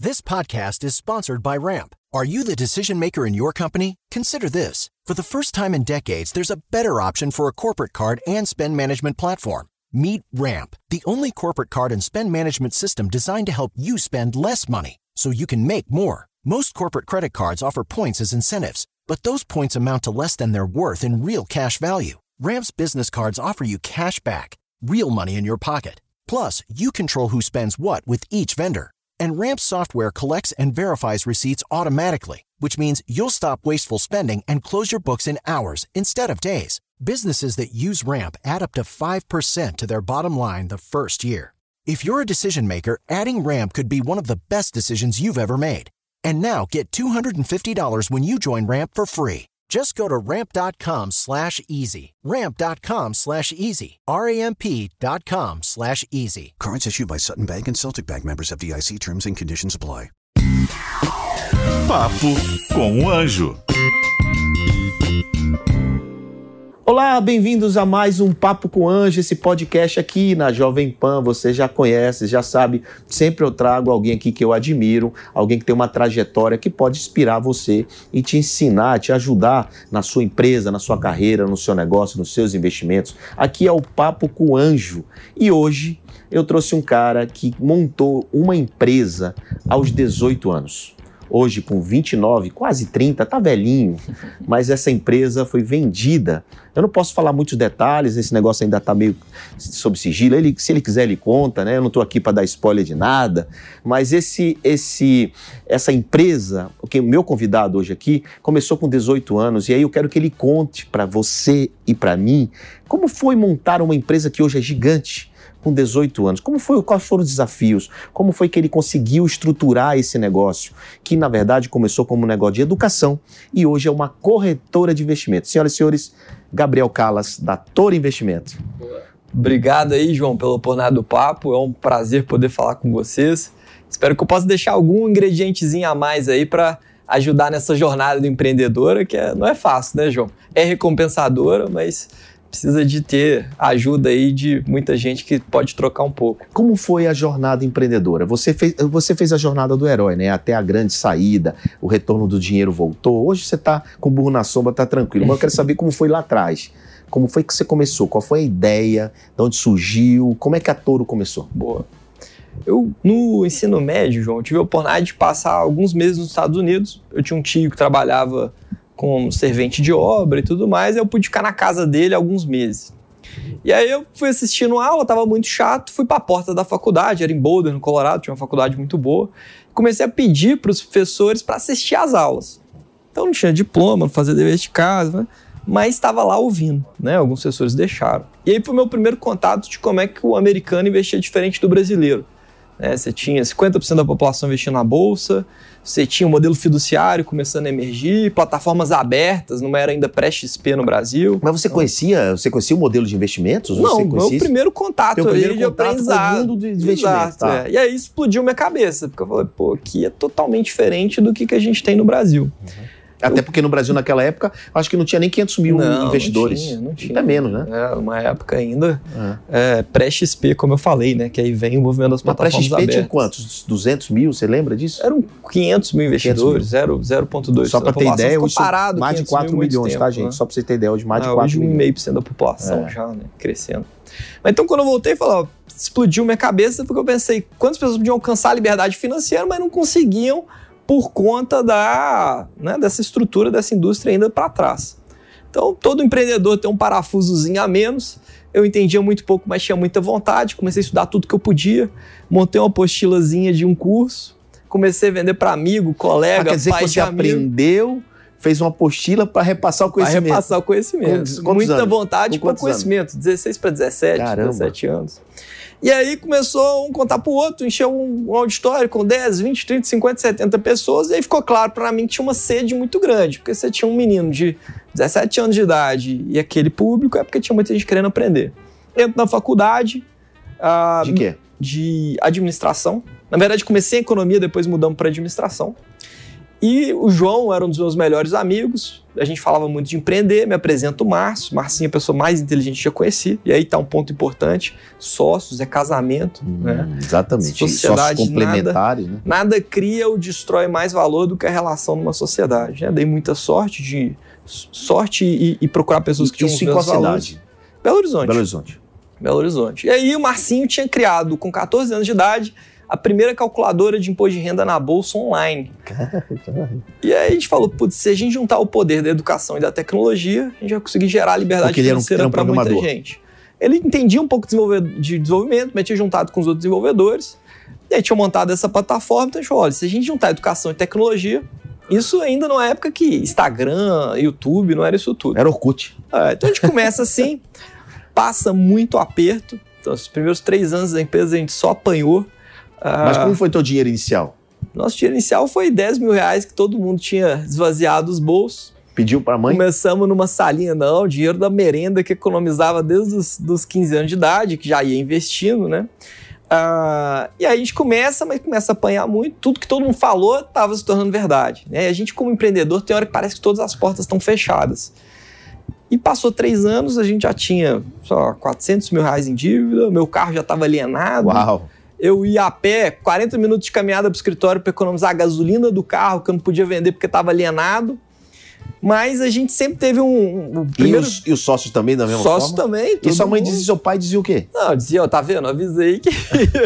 This podcast is sponsored by Ramp. Are you the decision maker in your company? Consider this. For the first time in decades, there's a better option for a corporate card and spend management platform. Meet Ramp, the only corporate card and spend management system designed to help you spend less money so you can make more. Most corporate credit cards offer points as incentives, but those points amount to less than their worth in real cash value. Ramp's business cards offer you cash back, real money in your pocket. Plus, you control who spends what with each vendor. And Ramp's software collects and verifies receipts automatically, which means you'll stop wasteful spending and close your books in hours instead of days. Businesses that use Ramp add up to 5% to their bottom line the first year. If you're a decision maker, adding Ramp could be one of the best decisions you've ever made. And now get $250 when you join Ramp for free. Just go to ramp.com/easy. Ramp.com/easy. RAMP.com/easy. Cards issued by Sutton Bank and Celtic Bank, members FDIC. Terms and conditions apply. Papo com o Anjo. Olá, bem-vindos a mais um Papo com o Anjo, esse podcast aqui na Jovem Pan. Você já conhece, já sabe, sempre eu trago alguém aqui que eu admiro, alguém que tem uma trajetória que pode inspirar você e te ensinar, te ajudar na sua empresa, na sua carreira, no seu negócio, nos seus investimentos. Aqui é o Papo com o Anjo e hoje eu trouxe um cara que montou uma empresa aos 18 anos. Hoje, com 29, quase 30, tá velhinho, mas essa empresa foi vendida. Eu não posso falar muitos detalhes, esse negócio ainda tá meio sob sigilo. Se ele quiser, ele conta, né? Eu não tô aqui para dar spoiler de nada, mas essa empresa, o meu convidado hoje aqui, começou com 18 anos, e aí eu quero que ele conte para você e para mim como foi montar uma empresa que hoje é gigante, com 18 anos. Quais foram os desafios? Como foi que ele conseguiu estruturar esse negócio? Que, na verdade, começou como um negócio de educação e hoje é uma corretora de investimentos. Senhoras e senhores, Gabriel Callas, da Toro Investimentos. Obrigado aí, João, pela oportunidade do papo. É um prazer poder falar com vocês. Espero que eu possa deixar algum ingredientezinho a mais aí para ajudar nessa jornada do empreendedora, que não é fácil, né, João? É recompensadora, mas precisa de ter a ajuda aí de muita gente que pode trocar um pouco. Como foi a jornada empreendedora? Você fez a jornada do herói, né? Até a grande saída, o retorno do dinheiro voltou. Hoje você tá com o burro na sombra, tá tranquilo. Mas eu quero saber como foi lá atrás. Como foi que você começou? Qual foi a ideia? De onde surgiu? Como é que a Toro começou? Boa. Eu, no ensino médio, João, tive a oportunidade de passar alguns meses nos Estados Unidos. Eu tinha um tio que trabalhava como servente de obra e tudo mais, eu pude ficar na casa dele alguns meses. E aí eu fui assistindo aula, estava muito chato, fui para a porta da faculdade, era em Boulder, no Colorado, tinha uma faculdade muito boa, comecei a pedir para os professores para assistir às aulas. Então não tinha diploma, não fazia dever de casa, né? Mas estava lá ouvindo, né? Alguns professores deixaram. E aí foi o meu primeiro contato de como é que o americano investia diferente do brasileiro. Você tinha 50% da população investindo na bolsa, você tinha um modelo fiduciário começando a emergir, plataformas abertas, não era ainda pré-XP no Brasil. Mas você conhecia o modelo de investimentos? Não, meu primeiro contato ali de aprendizado. Com o mundo de investimentos. Tá. E aí explodiu minha cabeça, porque eu falei, aqui é totalmente diferente do que a gente tem no Brasil. Uhum. Até porque no Brasil, naquela época, acho que não tinha nem 500 mil investidores. Não tinha. Até menos, né? Uma época ainda pré-XP, como eu falei, né? Que aí vem o movimento das plataformas abertas. Pré-XP tinha quantos? 200 mil, você lembra disso? Eram 500 mil investidores, 0,2%. Só para ter ideia, hoje mais de 4 milhões, tempo, tá, gente? Né? Só para você ter ideia, hoje mais de 4 milhões. Hoje 1,5% da população já, né? Crescendo. Mas então, quando eu voltei, falei, explodiu minha cabeça, porque eu pensei, quantas pessoas podiam alcançar a liberdade financeira, mas não conseguiam por conta dessa estrutura dessa indústria ainda para trás. Então, todo empreendedor tem um parafusozinho a menos. Eu entendia muito pouco, mas tinha muita vontade. Comecei a estudar tudo que eu podia. Montei uma apostilazinha de um curso. Comecei a vender para amigo, colega, quer dizer pai que você aprendeu, fez uma apostila para repassar o conhecimento. Para repassar o conhecimento. Muita vontade para conhecimento. 16 para 17, Caramba. 17 anos. E aí começou um contar pro outro, encheu um auditório com 10, 20, 30, 50, 70 pessoas, e aí ficou claro pra mim que tinha uma sede muito grande, porque você tinha um menino de 17 anos de idade e aquele público, é porque tinha muita gente querendo aprender. Entro na faculdade... de quê? De administração. Na verdade, comecei em economia, depois mudamos para administração. E o João era um dos meus melhores amigos, a gente falava muito de empreender, me apresenta o Márcio. Marcinho é a pessoa mais inteligente que eu conheci. E aí tá um ponto importante, sócios, é casamento. Né? Exatamente, sociedade, sócios complementares. Nada cria ou destrói mais valor do que a relação numa sociedade. Né? Dei muita sorte e procurar pessoas que tinham os mesmos valores. Belo Horizonte. Belo Horizonte. E aí o Marcinho tinha criado, com 14 anos de idade, a primeira calculadora de imposto de renda na bolsa online. E aí a gente falou, putz, se a gente juntar o poder da educação e da tecnologia, a gente vai conseguir gerar liberdade financeira para muita gente. Ele entendia um pouco de desenvolvimento, mas tinha juntado com os outros desenvolvedores, e aí tinha montado essa plataforma, então a gente falou, olha, se a gente juntar educação e tecnologia, isso ainda numa época que Instagram, YouTube, não era isso tudo. Era Orkut. Então a gente começa assim, passa muito aperto. Então, os primeiros 3 anos da empresa a gente só apanhou. Mas como foi teu dinheiro inicial? Nosso dinheiro inicial foi 10 mil reais que todo mundo tinha esvaziado os bolsos. Pediu pra mãe? Começamos numa salinha, não, dinheiro da merenda que economizava desde os 15 anos de idade, que já ia investindo, né? E aí a gente começa a apanhar muito. Tudo que todo mundo falou estava se tornando verdade, né? E a gente, como empreendedor, tem hora que parece que todas as portas estão fechadas. E passou 3 anos, a gente já tinha só 400 mil reais em dívida, meu carro já estava alienado. Uau! Eu ia a pé, 40 minutos de caminhada para o escritório para economizar a gasolina do carro, que eu não podia vender porque estava alienado. Mas a gente sempre teve primeiro... E os sócios também, da mesma forma? Sócios também. E sua mãe dizia, seu pai dizia o quê? Não, dizia, tá vendo? Eu avisei que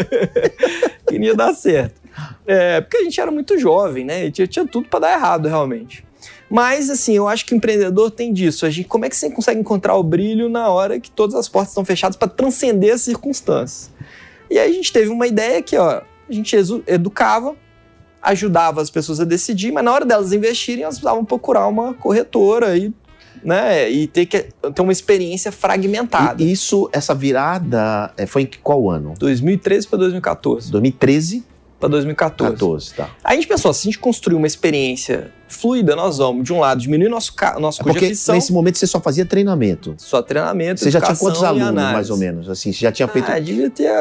ia dar certo. Porque a gente era muito jovem, né? E tinha tudo para dar errado, realmente. Mas, assim, eu acho que o empreendedor tem disso. Como é que você consegue encontrar o brilho na hora que todas as portas estão fechadas para transcender as circunstâncias? E aí a gente teve uma ideia que, a gente educava, ajudava as pessoas a decidir, mas na hora delas investirem, elas precisavam procurar uma corretora e ter uma experiência fragmentada. E essa virada foi em qual ano? 2013 para 2014. 2013 para 2014. 14, tá. Aí a gente pensou, se a gente construir uma experiência fluida, nós vamos, de um lado, diminuir nosso custo de aquisição. Nesse momento você só fazia treinamento. Só treinamento, você já tinha quantos alunos, mais ou menos? Assim, você já tinha feito... devia ter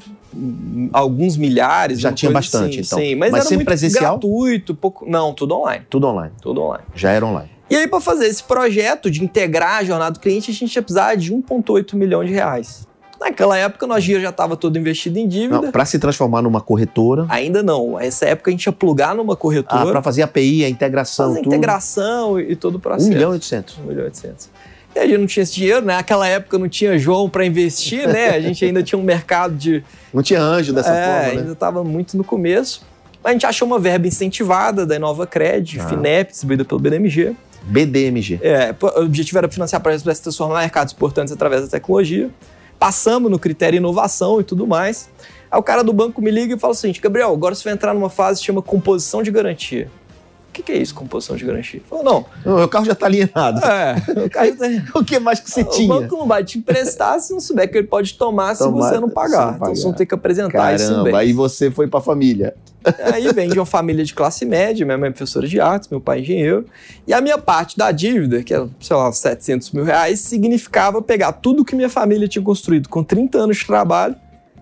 alguns milhares. Já tinha bastante, assim, então. Sim, mas era sempre muito presencial? gratuito. Não, tudo online. Tudo online. Tudo online. Já era online. E aí, para fazer esse projeto de integrar a jornada do cliente, a gente ia precisar de 1,8 milhão de reais. Naquela época, nós já estava todo investido em dívida. Para se transformar numa corretora? Ainda não. Nessa época, a gente ia plugar numa corretora. Para fazer a API, a integração, fazer a integração e todo o processo. 1.800.000. 1.800.000. E a gente não tinha esse dinheiro, né? Naquela época não tinha João para investir, né? A gente ainda tinha um mercado de... Não tinha anjo dessa forma, né? Ainda estava muito no começo. A gente achou uma verba incentivada da Inova Cred, FINEP, distribuída pelo BDMG. BDMG. O objetivo era financiar projetos para se transformar em mercados importantes através da tecnologia. Passamos no critério inovação e tudo mais. Aí o cara do banco me liga e fala o seguinte, Gabriel, agora você vai entrar numa fase que chama composição de garantia. O que é isso, composição de garantia? Falou, não. O carro já está alienado. O carro já tá... O que mais que você tinha? O banco não vai te emprestar se não souber que ele pode tomar se você não pagar. Então você não tem que apresentar isso bem. Aí você foi para a família. Aí vem de uma família de classe média, minha mãe é professora de artes, meu pai é engenheiro, e a minha parte da dívida, que era, sei lá, 700 mil reais, significava pegar tudo que minha família tinha construído com 30 anos de trabalho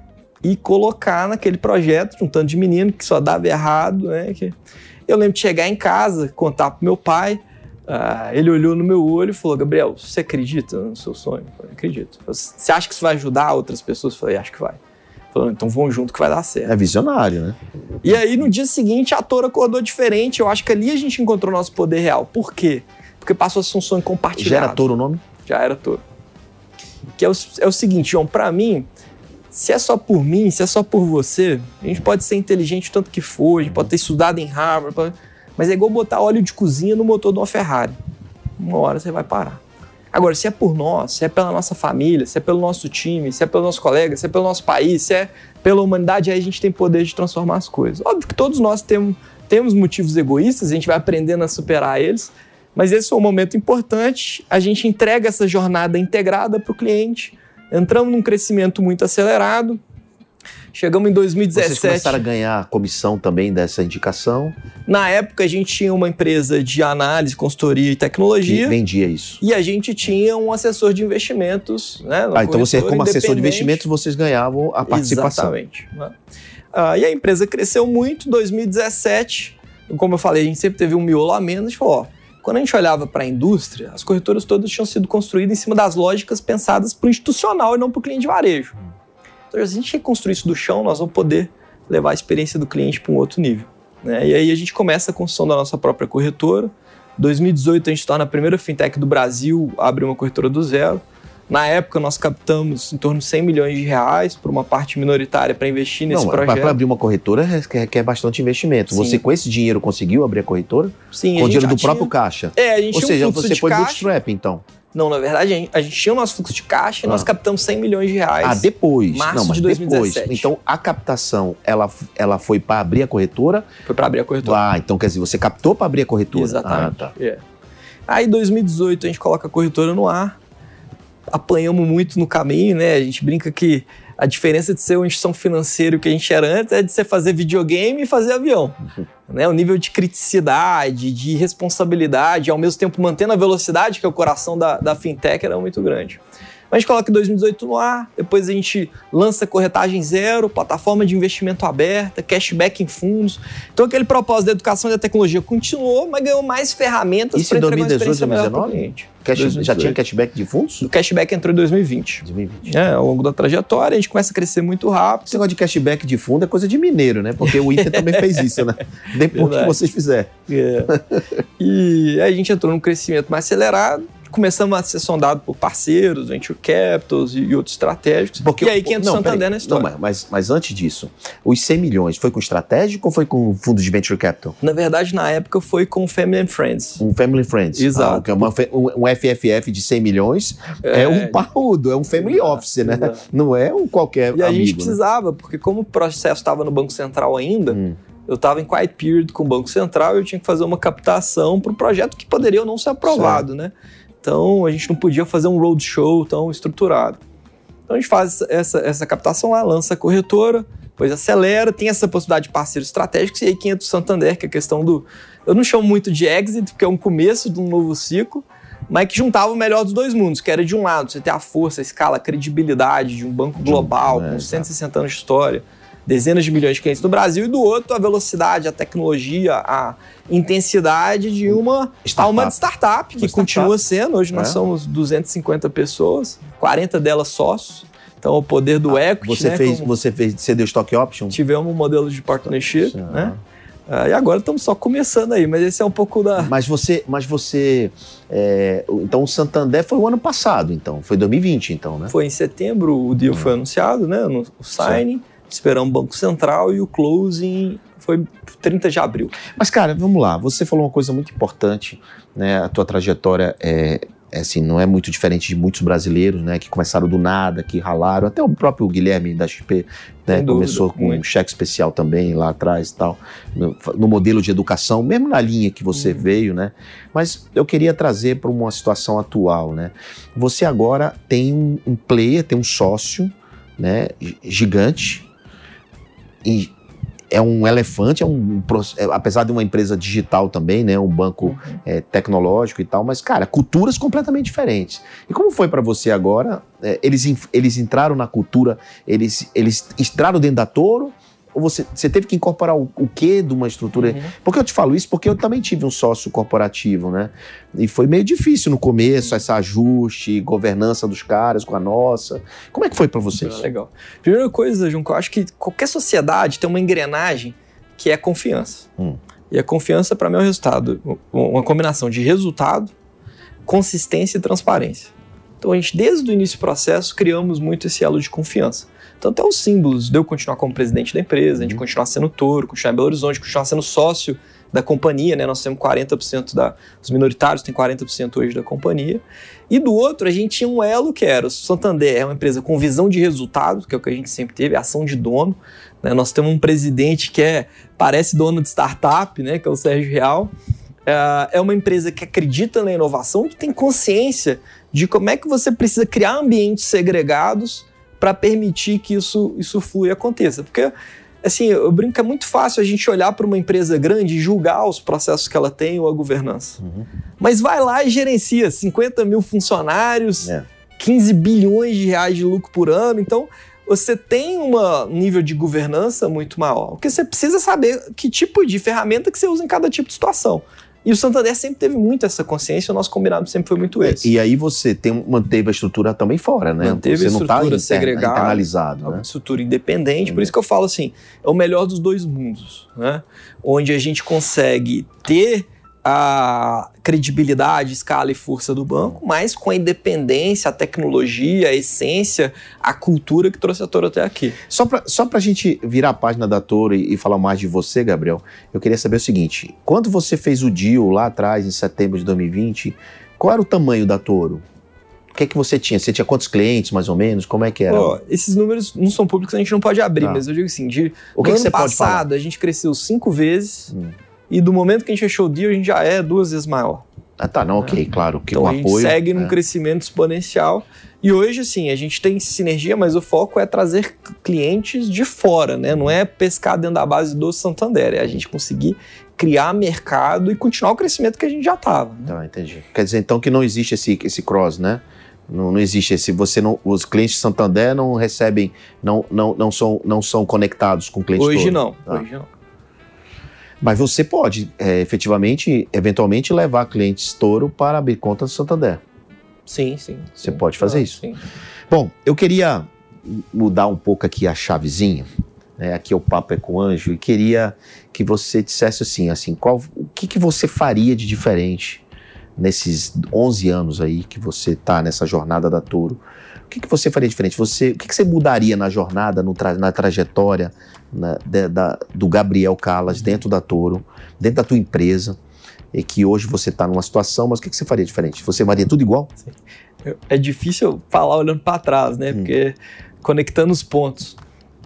e colocar naquele projeto, de um tanto de menino que só dava errado, né? Eu lembro de chegar em casa, contar pro meu pai, ele olhou no meu olho e falou, Gabriel, você acredita no seu sonho? Eu falei, acredito. Você acha que isso vai ajudar outras pessoas? Eu falei, acho que vai. Falou, então vamos junto que vai dar certo. É visionário, né? E aí, no dia seguinte, a ator acordou diferente. Eu acho que ali a gente encontrou nosso poder real. Por quê? Porque passou a ser um sonho compartilhado. Já era Toro o nome? Já era Toro. Que é o seguinte, João, pra mim, se é só por mim, se é só por você, a gente pode ser inteligente o tanto que for, a gente pode ter estudado em Harvard, mas é igual botar óleo de cozinha no motor de uma Ferrari. Uma hora você vai parar. Agora, se é por nós, se é pela nossa família, se é pelo nosso time, se é pelo nosso colega, se é pelo nosso país, se é pela humanidade, aí a gente tem poder de transformar as coisas. Óbvio que todos nós temos motivos egoístas, a gente vai aprendendo a superar eles, mas esse foi um momento importante, a gente entrega essa jornada integrada para o cliente, entramos num crescimento muito acelerado, chegamos em 2017... Vocês começaram a ganhar comissão também dessa indicação? Na época, a gente tinha uma empresa de análise, consultoria e tecnologia. Que vendia isso. E a gente tinha um assessor de investimentos, né? Então você, como assessor de investimentos, vocês ganhavam a participação. Exatamente. E a empresa cresceu muito. Em 2017, como eu falei, a gente sempre teve um miolo a menos, a gente falou, quando a gente olhava para a indústria, as corretoras todas tinham sido construídas em cima das lógicas pensadas para o institucional e não para o cliente de varejo. Então, se a gente reconstruir isso do chão, nós vamos poder levar a experiência do cliente para um outro nível, né? E aí a gente começa a construção da nossa própria corretora. Em 2018, a gente torna a primeira fintech do Brasil a abrir uma corretora do zero. Na época, nós captamos em torno de 100 milhões de reais por uma parte minoritária para investir nesse projeto. Para abrir uma corretora requer bastante investimento. Sim. Você, com esse dinheiro, conseguiu abrir a corretora? Sim. Com o dinheiro do próprio caixa? A gente Ou tinha seja, um fluxo você de foi caixa. bootstrap, então? Não, na verdade, a gente tinha o nosso fluxo de caixa e nós captamos 100 milhões de reais. Depois. Março de 2017. Depois. Então, a captação, ela foi para abrir a corretora? Foi para abrir a corretora. Então quer dizer, você captou para abrir a corretora? Exatamente. Tá. Aí, em 2018, a gente coloca a corretora no ar. Apanhamos muito no caminho, né? A gente brinca que a diferença de ser uma instituição financeira, o que a gente era antes, é de você fazer videogame e fazer avião. Né? O nível de criticidade, de responsabilidade, ao mesmo tempo mantendo a velocidade, que é o coração da fintech, era muito grande. A gente coloca 2018 no ar, depois a gente lança corretagem zero, plataforma de investimento aberta, cashback em fundos. Então aquele propósito da educação e da tecnologia continuou, mas ganhou mais ferramentas para entregar uma experiência melhor para o cliente. Já tinha cashback de fundos? O cashback entrou em 2020. Ao longo da trajetória, a gente começa a crescer muito rápido. Esse negócio de cashback de fundo é coisa de mineiro, né? Porque o Inter também fez isso, né? Depois que vocês fizeram. E aí a gente entrou num crescimento mais acelerado. Começamos a ser sondado por parceiros, venture capitals e outros estratégicos. E aí que entra o Santander na história. Não, mas antes disso, os 100 milhões foi com estratégico ou foi com fundo de venture capital? Na verdade, na época foi com Family and Friends. Um Family and Friends. Exato. Que é um FFF de 100 milhões é um parrudo, é um family office, né? Exato. Não é um qualquer amigo. E a gente precisava, porque como o processo estava no Banco Central ainda, eu estava em quiet period com o Banco Central e eu tinha que fazer uma captação para um projeto que poderia ou não ser aprovado, né? Então, a gente não podia fazer um roadshow tão estruturado. Então, a gente faz essa captação lá, lança a corretora, depois acelera, tem essa possibilidade de parceiros estratégicos, e aí que entra o Santander, que é a questão do... Eu não chamo muito de exit, porque é um começo de um novo ciclo, mas que juntava o melhor dos dois mundos, que era de um lado, você ter a força, a escala, a credibilidade de um banco global, com 160 anos de história, dezenas de milhões de clientes no Brasil, e do outro a velocidade, a tecnologia, a intensidade de uma alma de startup, que continua sendo. Hoje nós somos 250 pessoas, 40 delas sócios. Então o poder do equity, Você deu stock option? Tivemos um modelo de partnership, né? E agora estamos só começando aí, mas esse é um pouco da... Mas você então o Santander foi o ano passado, então. Foi 2020, então, né? Foi em setembro, o deal foi anunciado, né? O signing. Certo. Esperamos o Banco Central e o closing foi 30 de abril. Mas, cara, vamos lá. Você falou uma coisa muito importante, né? A tua trajetória assim, não é muito diferente de muitos brasileiros, né? Que começaram do nada, que ralaram. Até o próprio Guilherme da XP, né? Começou com um cheque especial também lá atrás e tal. No modelo de educação, mesmo na linha que você veio, né? Mas eu queria trazer para uma situação atual, né? Você agora tem um player, tem um sócio, né? Gigante. E é um elefante, apesar de uma empresa digital também, né, um banco tecnológico e tal, mas, cara, culturas completamente diferentes. E como foi para você agora? Eles entraram na cultura, eles entraram dentro da Toro, ou você teve que incorporar o quê de uma estrutura? Por que eu te falo isso? Porque eu também tive um sócio corporativo, né? E foi meio difícil no começo, esse ajuste, governança dos caras com a nossa. Como é que foi para vocês? Legal. Primeira coisa, João, que eu acho que qualquer sociedade tem uma engrenagem que é confiança. E a confiança, para mim, é o resultado. Uma combinação de resultado, consistência e transparência. Então, a gente, desde o início do processo, criamos muito esse elo de confiança. Então, até os símbolos de eu continuar como presidente da empresa, a gente continuar sendo Toro, continuar em Belo Horizonte, continuar sendo sócio da companhia, né? Nós temos 40% os minoritários têm 40% hoje da companhia. E do outro, a gente tinha um elo que era o Santander, é uma empresa com visão de resultado, que é o que a gente sempre teve, ação de dono, né? Nós temos um presidente que parece dono de startup, né? Que é o Sérgio Real. É uma empresa que acredita na inovação, que tem consciência de como é que você precisa criar ambientes segregados para permitir que isso flua e aconteça. Porque, assim, eu brinco que é muito fácil a gente olhar para uma empresa grande e julgar os processos que ela tem ou a governança. Mas vai lá e gerencia 50 mil funcionários, 15 bilhões de reais de lucro por ano. Então, você tem um nível de governança muito maior. Porque você precisa saber que tipo de ferramenta que você usa em cada tipo de situação. E o Santander sempre teve muito essa consciência, o nosso combinado sempre foi muito esse. E aí você manteve a estrutura também fora, né? Manteve você a estrutura não tá segregada, internalizado, né? Uma estrutura independente. Por isso que eu falo assim, é o melhor dos dois mundos, né? Onde a gente consegue ter a credibilidade, escala e força do banco, mas com a independência, a tecnologia, a essência, a cultura que trouxe a Toro até aqui. Só pra gente virar a página da Toro e falar mais de você, Gabriel, eu queria saber o seguinte, quando você fez o deal lá atrás, em setembro de 2020, qual era o tamanho da Toro? O que é que você tinha? Você tinha quantos clientes, mais ou menos? Como é que era? Esses números não são públicos, a gente não pode abrir, mas eu digo assim, o que ano você pode falar? passado a gente cresceu 5 vezes, e do momento que a gente fechou o deal, a gente já é 2 vezes maior. Ah, tá, não, ok, claro. Que então o a gente apoio, segue num crescimento exponencial. E hoje, assim, a gente tem sinergia, mas o foco é trazer clientes de fora, né? Não é pescar dentro da base do Santander, é a gente conseguir criar mercado e continuar o crescimento que a gente já estava. Né? Tá, entendi. Quer dizer, então, que não existe esse cross, né? Não existe esse. Os clientes de Santander não recebem, não são conectados com clientes hoje Toro. Não, Tá. hoje não. Mas você pode, efetivamente, eventualmente, levar clientes Toro para abrir conta do Santander. Sim. Você pode fazer isso? Sim. Bom, eu queria mudar um pouco aqui a chavezinha, né? Aqui o Papo é com o Anjo, e queria que você dissesse assim, o que você faria de diferente nesses 11 anos aí que você está nessa jornada da Toro? O que você faria diferente? O que você mudaria na jornada, na trajetória do Gabriel Callas dentro da Toro, dentro da tua empresa, e que hoje você está numa situação, mas o que você faria diferente? Você faria tudo igual? Sim. É difícil falar olhando para trás, né? Porque conectando os pontos.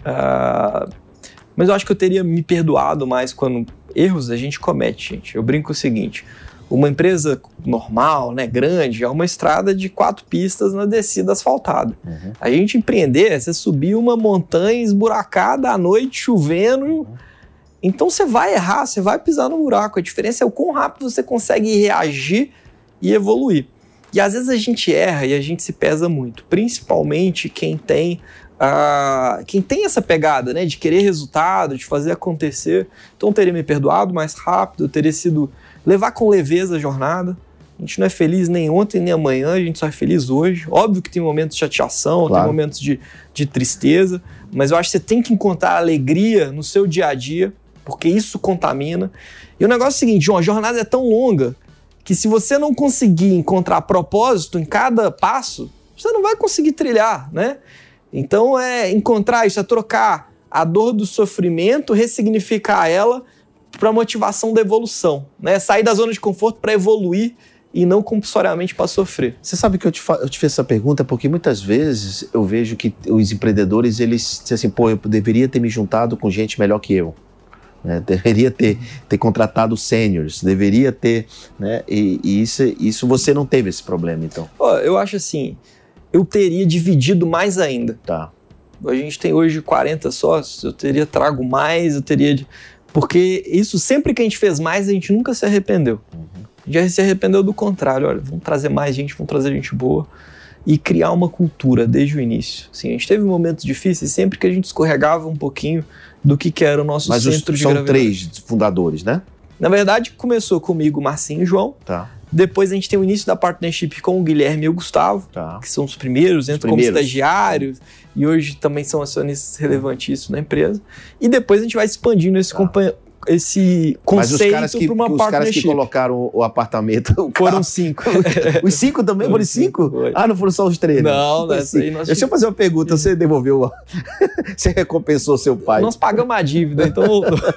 Mas eu acho que eu teria me perdoado mais quando erros a gente comete, gente. Eu brinco o seguinte, uma empresa normal, né, grande, é uma estrada de 4 pistas na descida asfaltada. A gente empreender é você subir uma montanha esburacada à noite, chovendo. Então você vai errar, você vai pisar no buraco. A diferença é o quão rápido você consegue reagir e evoluir. E às vezes a gente erra e a gente se pesa muito, principalmente quem tem essa pegada, né, de querer resultado, de fazer acontecer. Então eu teria me perdoado mais rápido, eu teria sido levar com leveza a jornada. A gente não é feliz nem ontem nem amanhã, a gente só é feliz hoje. Óbvio que tem momentos de chateação, claro. Tem momentos de tristeza, mas eu acho que você tem que encontrar alegria no seu dia a dia, porque isso contamina. E o negócio é o seguinte, João, a jornada é tão longa que se você não conseguir encontrar propósito em cada passo, você não vai conseguir trilhar, né? Então é encontrar isso, é trocar a dor do sofrimento, ressignificar ela para a motivação da evolução, né? Sair da zona de conforto para evoluir e não compulsoriamente para sofrer. Você sabe que eu te fiz essa pergunta porque muitas vezes eu vejo que os empreendedores, eles dizem assim, eu deveria ter me juntado com gente melhor que eu. Né? Deveria ter contratado seniors, deveria ter, né? E isso você não teve esse problema, então? Eu acho assim, eu teria dividido mais ainda. Tá. A gente tem hoje 40 sócios, eu teria trago mais, porque isso, sempre que a gente fez mais, a gente nunca se arrependeu. Já se arrependeu do contrário, olha, vamos trazer mais gente, vamos trazer gente boa e criar uma cultura desde o início. Assim, a gente teve momentos difíceis, sempre que a gente escorregava um pouquinho do que era o nosso centro de gravidade. São 3 fundadores, né? Na verdade, começou comigo, Marcinho e João. Tá. Depois a gente tem o início da partnership com o Guilherme e o Gustavo, que são os primeiros, entram como estagiários e hoje também são acionistas relevantíssimos na empresa. E depois a gente vai expandindo esse conceito para uma partnership. Os caras que colocaram o apartamento... Foram 5. Os 5 também? Foram 5? Não foram só os 3. Não, nessa aí nós... Deixa eu fazer uma pergunta. Você devolveu... Você recompensou seu pai? Nós pagamos a dívida, então...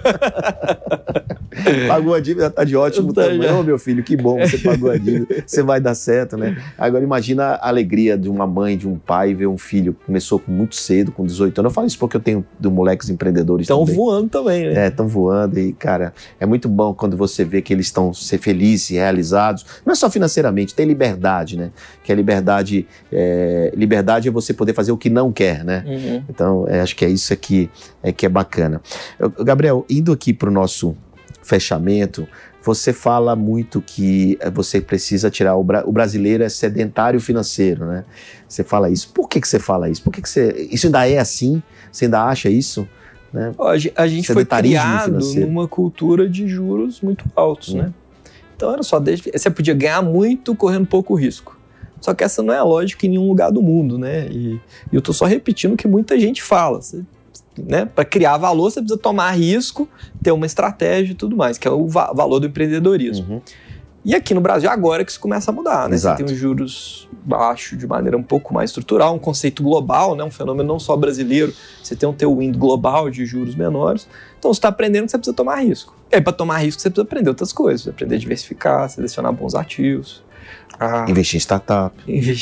Pagou a dívida, tá de ótimo tamanho. Meu filho, que bom, você pagou a dívida. Você vai dar certo, né? Agora imagina a alegria de uma mãe, de um pai, ver um filho que começou muito cedo, com 18 anos. Eu falo isso porque eu tenho moleques empreendedores também. Estão voando também, né? Estão voando. E, cara, é muito bom quando você vê que eles estão felizes e realizados. Não é só financeiramente, tem liberdade, né? Que a liberdade é você poder fazer o que não quer, né? Então, acho que é isso aqui que é bacana. Gabriel, indo aqui para o nosso fechamento, você fala muito que você precisa tirar o brasileiro é sedentário financeiro, né? Você fala isso. Por que você fala isso? Por que isso ainda é assim? Você ainda acha isso? Né? A gente foi criado numa cultura de juros muito altos, né? Então era só, você podia ganhar muito correndo pouco risco. Só que essa não é a lógica em nenhum lugar do mundo, né? E eu tô só repetindo o que muita gente fala. Né? Para criar valor, você precisa tomar risco, ter uma estratégia e tudo mais, que é o valor do empreendedorismo. E aqui no Brasil, agora que isso começa a mudar, né? Exato. Você tem os juros baixos de maneira um pouco mais estrutural, um conceito global, né? Um fenômeno não só brasileiro, você tem um tailwind global de juros menores. Então, você está aprendendo que você precisa tomar risco. E aí, para tomar risco, você precisa aprender outras coisas, você aprender a diversificar, selecionar bons ativos. Investir em startup.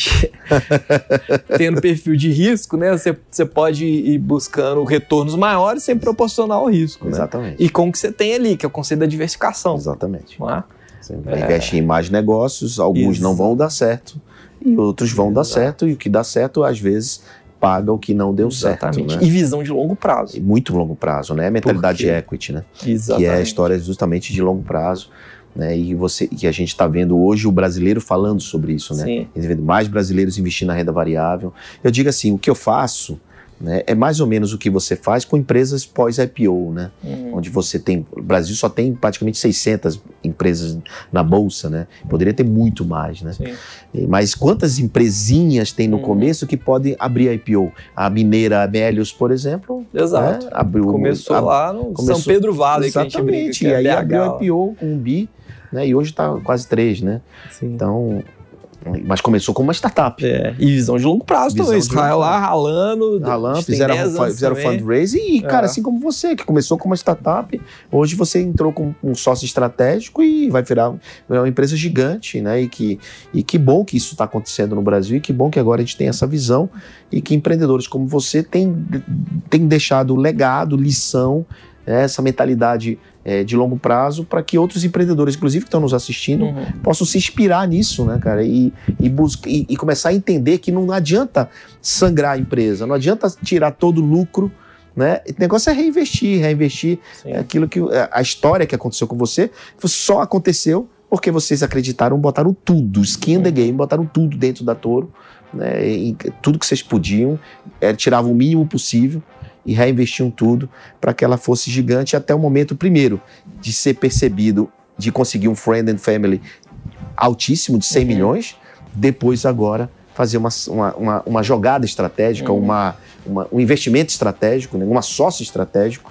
Tendo perfil de risco, né? Você pode ir buscando retornos maiores sem proporcionar o risco. Exatamente. Né? E com o que você tem ali, que é o conceito da diversificação. Exatamente. Não é? Você vai investir em mais negócios, alguns não vão dar certo e outros vão dar certo, e o que dá certo, às vezes, paga o que não deu certo. Né? E visão de longo prazo. E muito longo prazo, né? A mentalidade de equity, né? Exatamente. Que é a história justamente de longo prazo. Né, e a gente está vendo hoje o brasileiro falando sobre isso, né? Mais brasileiros investindo na renda variável. Eu digo assim, o que eu faço, né, é mais ou menos o que você faz com empresas pós-IPO, né? Onde você tem, o Brasil só tem praticamente 600 empresas na bolsa, né? Poderia ter muito mais, né? Mas quantas empresinhas tem no começo que podem abrir IPO? A mineira Amélios, por exemplo. Exato. Né, começou lá no São Pedro Vale. Exatamente. E aí abriu IPO com um bi. Né, e hoje está quase 3, né? Então, mas começou como uma startup. E visão de longo prazo também. Israel lá ralando, fizeram fundraising e, cara, assim como você, que começou como uma startup, hoje você entrou com um sócio estratégico e vai virar uma empresa gigante, né? E que bom que isso está acontecendo no Brasil, e que bom que agora a gente tem essa visão e que empreendedores como você têm deixado legado, lição, essa mentalidade de longo prazo, para que outros empreendedores, inclusive que estão nos assistindo, possam se inspirar nisso, né, cara? E começar a entender que não adianta sangrar a empresa, não adianta tirar todo o lucro, né? O negócio é reinvestir aquilo que a história que aconteceu com você só aconteceu porque vocês acreditaram, botaram tudo, skin in the game, botaram tudo dentro da Toro, né? E tudo que vocês podiam, tiravam o mínimo possível e reinvestiam tudo para que ela fosse gigante até o momento, primeiro, de ser percebido, de conseguir um friend and family altíssimo de 100 milhões, depois agora fazer uma jogada estratégica, um investimento estratégico, né, um sócio estratégico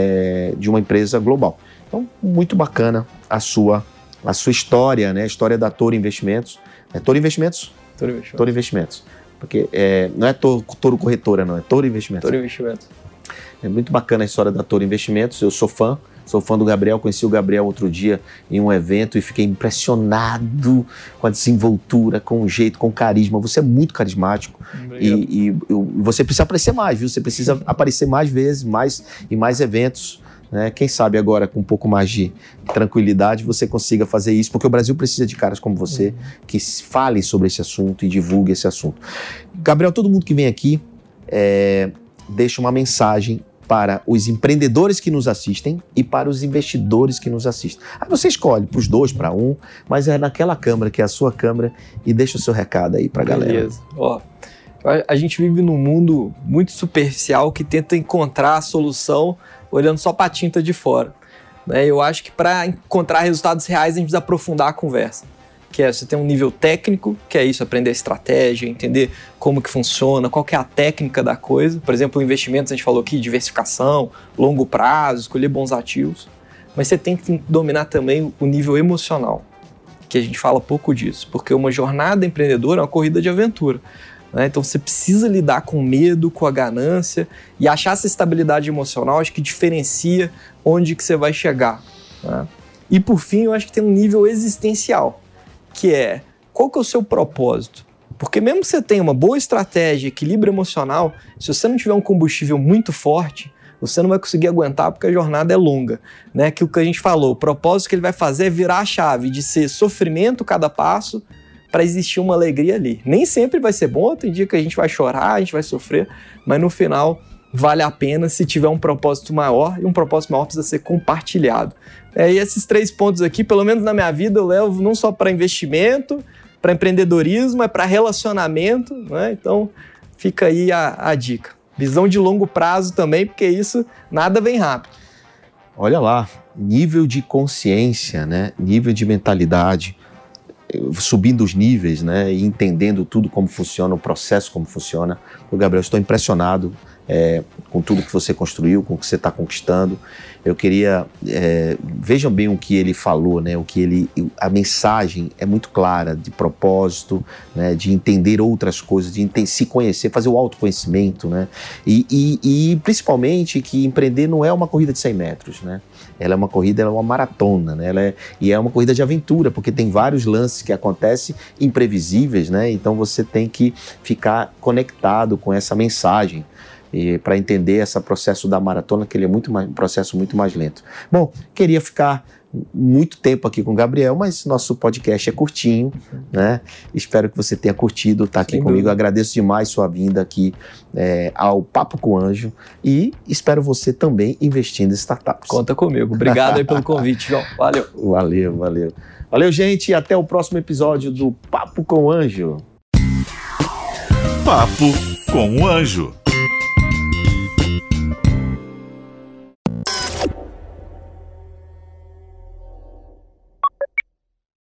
de uma empresa global. Então, muito bacana a sua história, né, a história da Toro Investimentos. Toro Investimentos? Toro Investimentos. Porque não é Toro Corretora, não, é Toro Investimentos. Toro Investimentos. É muito bacana a história da Toro Investimentos. Eu sou fã do Gabriel, conheci o Gabriel outro dia em um evento e fiquei impressionado com a desenvoltura, com o jeito, com o carisma. Você é muito carismático e você precisa aparecer mais, viu? Você precisa aparecer mais vezes, em mais eventos. Né? Quem sabe agora com um pouco mais de tranquilidade você consiga fazer isso, porque o Brasil precisa de caras como você que falem sobre esse assunto e divulguem esse assunto. Gabriel, todo mundo que vem aqui deixa uma mensagem para os empreendedores que nos assistem e para os investidores que nos assistem. Aí você escolhe para os dois, para um, mas é naquela câmera que é a sua câmera, e deixa o seu recado aí para a galera. Beleza. A gente vive num mundo muito superficial que tenta encontrar a solução olhando só para a tinta de fora. Né? Eu acho que para encontrar resultados reais a gente precisa aprofundar a conversa. Que é você ter um nível técnico, que é isso, aprender a estratégia, entender como que funciona, qual que é a técnica da coisa. Por exemplo, investimentos, a gente falou aqui, diversificação, longo prazo, escolher bons ativos. Mas você tem que dominar também o nível emocional, que a gente fala pouco disso, porque uma jornada empreendedora é uma corrida de aventura. Né? Então você precisa lidar com o medo, com a ganância, e achar essa estabilidade emocional, acho que diferencia onde que você vai chegar. Né? E por fim, eu acho que tem um nível existencial, que é, qual que é o seu propósito? Porque mesmo que você tenha uma boa estratégia, equilíbrio emocional, se você não tiver um combustível muito forte, você não vai conseguir aguentar porque a jornada é longa. Né? Que o que a gente falou, o propósito que ele vai fazer é virar a chave de ser sofrimento cada passo para existir uma alegria ali. Nem sempre vai ser bom, tem dia que a gente vai chorar, a gente vai sofrer, mas no final vale a pena se tiver um propósito maior, e um propósito maior precisa ser compartilhado. E esses 3 pontos aqui, pelo menos na minha vida, eu levo não só para investimento, para empreendedorismo, é para relacionamento, né? Então fica aí a dica. Visão de longo prazo também, porque isso nada vem rápido. Olha lá, nível de consciência, né? Nível de mentalidade, subindo os níveis, né? E entendendo tudo como funciona, o processo como funciona. Gabriel, estou impressionado com tudo que você construiu, com o que você está conquistando. Eu queria... vejam bem o que ele falou, né? A mensagem é muito clara, de propósito, né? De entender outras coisas, de se conhecer, fazer o autoconhecimento, né? E principalmente que empreender não é uma corrida de 100 metros, né? Ela é uma corrida, ela é uma maratona, né? E é uma corrida de aventura, porque tem vários lances que acontecem imprevisíveis, né? Então você tem que ficar conectado com essa mensagem para entender esse processo da maratona, que ele é um processo muito mais lento. Bom, queria ficar muito tempo aqui com o Gabriel, mas nosso podcast é curtinho, né? Espero que você tenha curtido estar aqui comigo. Eu agradeço demais sua vinda aqui ao Papo com Anjo e espero você também investindo em startups. Conta comigo. Obrigado aí pelo convite, João. Valeu. Valeu, gente, e até o próximo episódio do Papo com Anjo. Papo com o Anjo.